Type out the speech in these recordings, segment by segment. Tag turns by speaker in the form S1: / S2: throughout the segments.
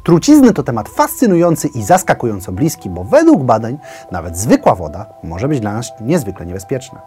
S1: Trucizny to temat fascynujący i zaskakująco bliski, bo według badań nawet zwykła woda może być dla nas niezwykle niebezpieczna.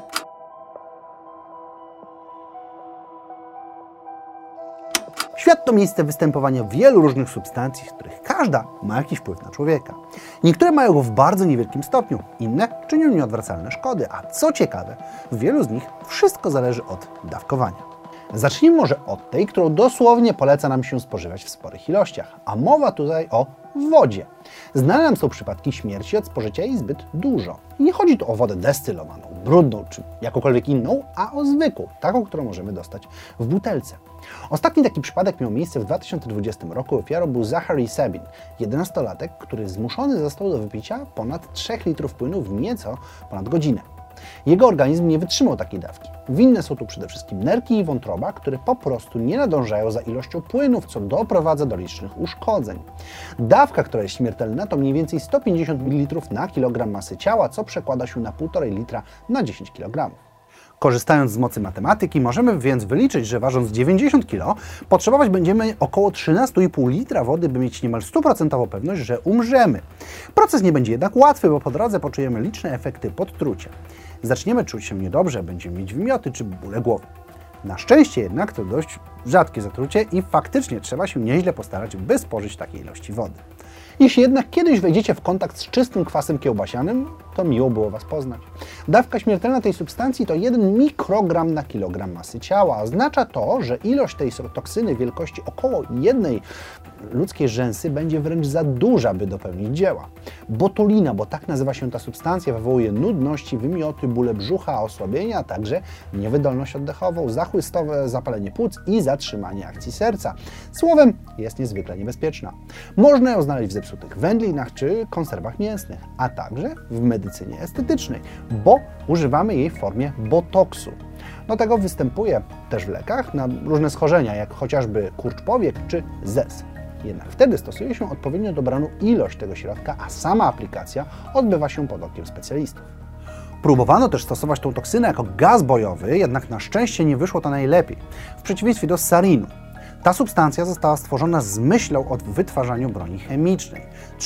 S1: Świat to miejsce występowania wielu różnych substancji, z których każda ma jakiś wpływ na człowieka. Niektóre mają go w bardzo niewielkim stopniu, inne czynią nieodwracalne szkody, a co ciekawe, w wielu z nich wszystko zależy od dawkowania. Zacznijmy może od tej, którą dosłownie poleca nam się spożywać w sporych ilościach, a mowa tutaj o wodzie. Znane nam są przypadki śmierci od spożycia jej zbyt dużo. I nie chodzi tu o wodę destylowaną, brudną czy jakąkolwiek inną, a o zwykłą, taką, którą możemy dostać w butelce. Ostatni taki przypadek miał miejsce w 2020 roku. Ofiarą był Zachary Sabin, 11-latek, który zmuszony został do wypicia ponad 3 litrów płynu w nieco ponad godzinę. Jego organizm nie wytrzymał takiej dawki. Winne są tu przede wszystkim nerki i wątroba, które po prostu nie nadążają za ilością płynów, co doprowadza do licznych uszkodzeń. Dawka, która jest śmiertelna, to mniej więcej 150 ml na kilogram masy ciała, co przekłada się na 1,5 litra na 10 kg. Korzystając z mocy matematyki, możemy więc wyliczyć, że ważąc 90 kg, potrzebować będziemy około 13,5 litra wody, by mieć niemal 100% pewność, że umrzemy. Proces nie będzie jednak łatwy, bo po drodze poczujemy liczne efekty podtrucia. Zaczniemy czuć się niedobrze, będziemy mieć wymioty czy bóle głowy. Na szczęście jednak to dość rzadkie zatrucie i faktycznie trzeba się nieźle postarać, by spożyć takiej ilości wody. Jeśli jednak kiedyś wejdziecie w kontakt z czystym kwasem kiełbasianym, to miło było Was poznać. Dawka śmiertelna tej substancji to 1 mikrogram na kilogram masy ciała. Oznacza to, że ilość tej toksyny wielkości około 1 ludzkiej rzęsy będzie wręcz za duża, by dopełnić dzieła. Botulina, bo tak nazywa się ta substancja, wywołuje nudności, wymioty, bóle brzucha, osłabienia, a także niewydolność oddechową, zachłystowe zapalenie płuc i zatrzymanie akcji serca. Słowem, jest niezwykle niebezpieczna. Można ją znaleźć w zepsutych wędlinach czy konserwach mięsnych, a także w medycynie estetycznej, bo używamy jej w formie botoksu. Do tego występuje też w lekach na różne schorzenia, jak chociażby kurcz powiek czy zez. Jednak wtedy stosuje się odpowiednio dobraną ilość tego środka, a sama aplikacja odbywa się pod okiem specjalistów. Próbowano też stosować tą toksynę jako gaz bojowy, jednak na szczęście nie wyszło to najlepiej, w przeciwieństwie do sarinu. Ta substancja została stworzona z myślą o wytwarzaniu broni chemicznej.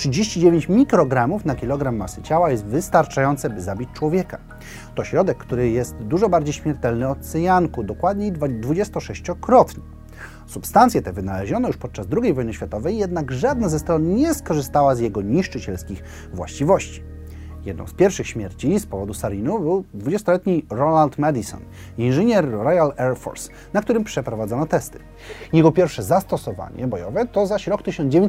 S1: 39 mikrogramów na kilogram masy ciała jest wystarczające, by zabić człowieka. To środek, który jest dużo bardziej śmiertelny od cyjanku, dokładniej 26-krotnie. Substancje te wynaleziono już podczas II wojny światowej, jednak żadna ze stron nie skorzystała z jego niszczycielskich właściwości. Jedną z pierwszych śmierci z powodu sarinu był 20-letni Ronald Madison, inżynier Royal Air Force, na którym przeprowadzono testy. Jego pierwsze zastosowanie bojowe to zaś rok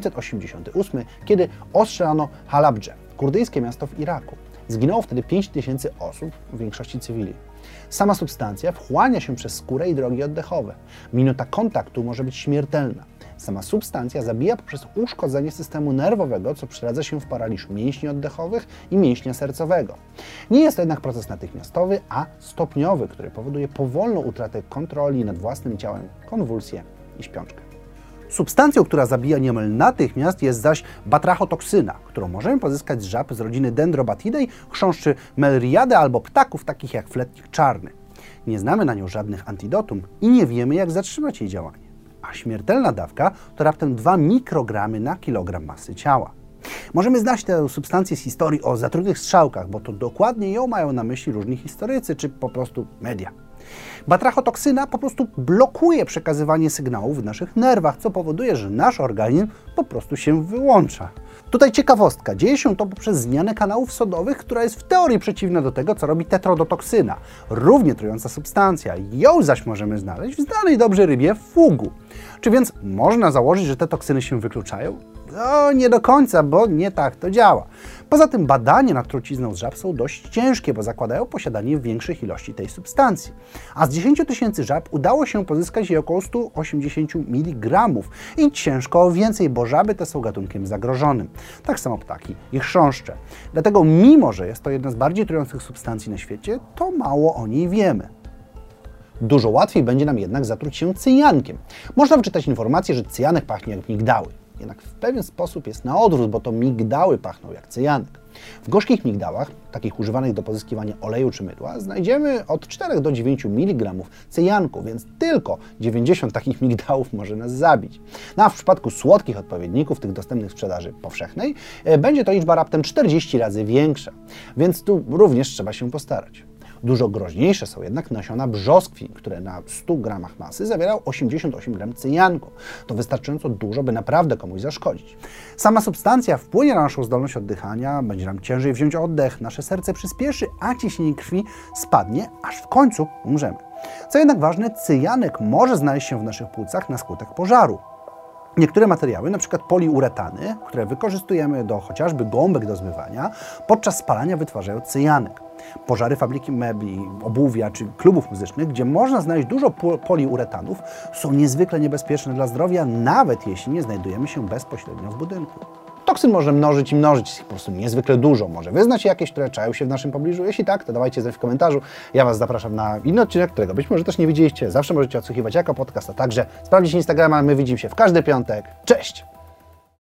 S1: 1988, kiedy ostrzelano Halabdżę, kurdyjskie miasto w Iraku. Zginęło wtedy 5000 osób, w większości cywili. Sama substancja wchłania się przez skórę i drogi oddechowe. Minuta kontaktu może być śmiertelna. Sama substancja zabija poprzez uszkodzenie systemu nerwowego, co przeradza się w paraliż mięśni oddechowych i mięśnia sercowego. Nie jest to jednak proces natychmiastowy, a stopniowy, który powoduje powolną utratę kontroli nad własnym ciałem, konwulsje i śpiączkę. Substancją, która zabija niemal natychmiast, jest zaś batrachotoksyna, którą możemy pozyskać z żab z rodziny Dendrobatidae, chrząszczy Melriadae albo ptaków takich jak fletnik czarny. Nie znamy na nią żadnych antidotum i nie wiemy, jak zatrzymać jej działanie. A śmiertelna dawka to raptem 2 mikrogramy na kilogram masy ciała. Możemy znać tę substancję z historii o zatrutych strzałkach, bo to dokładnie ją mają na myśli różni historycy czy po prostu media. Batrachotoksyna po prostu blokuje przekazywanie sygnałów w naszych nerwach, co powoduje, że nasz organizm po prostu się wyłącza. Tutaj ciekawostka, dzieje się to poprzez zmianę kanałów sodowych, która jest w teorii przeciwna do tego, co robi tetrodotoksyna, równie trująca substancja. Ją zaś możemy znaleźć w znanej dobrze rybie fugu. Czy więc można założyć, że te toksyny się wykluczają? No, nie do końca, bo nie tak to działa. Poza tym badania nad trucizną z żab są dość ciężkie, bo zakładają posiadanie większych ilości tej substancji. A z 10 000 żab udało się pozyskać jej około 180 mg i ciężko o więcej, bo żaby te są gatunkiem zagrożonym. Tak samo ptaki i chrząszcze. Dlatego mimo, że jest to jedna z bardziej trujących substancji na świecie, to mało o niej wiemy. Dużo łatwiej będzie nam jednak zatruć się cyjankiem. Można wyczytać informację, że cyjanek pachnie jak migdały. jednak w pewien sposób jest na odwrót, bo to migdały pachną jak cyjanek. W gorzkich migdałach, takich używanych do pozyskiwania oleju czy mydła, znajdziemy od 4 do 9 mg cyjanku, więc tylko 90 takich migdałów może nas zabić. No a w przypadku słodkich odpowiedników, tych dostępnych w sprzedaży powszechnej, będzie to liczba raptem 40 razy większa, więc tu również trzeba się postarać. Dużo groźniejsze są jednak nasiona brzoskwi, które na 100 gramach masy zawierają 88 gram cyjanku. To wystarczająco dużo, by naprawdę komuś zaszkodzić. Sama substancja wpłynie na naszą zdolność oddychania, będzie nam ciężej wziąć oddech, nasze serce przyspieszy, a ciśnienie krwi spadnie, aż w końcu umrzemy. Co jednak ważne, cyjanek może znaleźć się w naszych płucach na skutek pożaru. Niektóre materiały, np. poliuretany, które wykorzystujemy do chociażby gąbek do zmywania, podczas spalania wytwarzają cyjanek. Pożary fabryki mebli, obuwia czy klubów muzycznych, gdzie można znaleźć dużo poliuretanów, są niezwykle niebezpieczne dla zdrowia, nawet jeśli nie znajdujemy się bezpośrednio w budynku. Toksyn może mnożyć i mnożyć, jest ich po prostu niezwykle dużo. Może wy znacie jakieś, które czają się w naszym pobliżu? Jeśli tak, to dawajcie znać w komentarzu. Ja Was zapraszam na inny odcinek, którego być może też nie widzieliście. Zawsze możecie odsłuchiwać jako podcast, a także sprawdzić Instagrama. My widzimy się w każdy piątek. Cześć!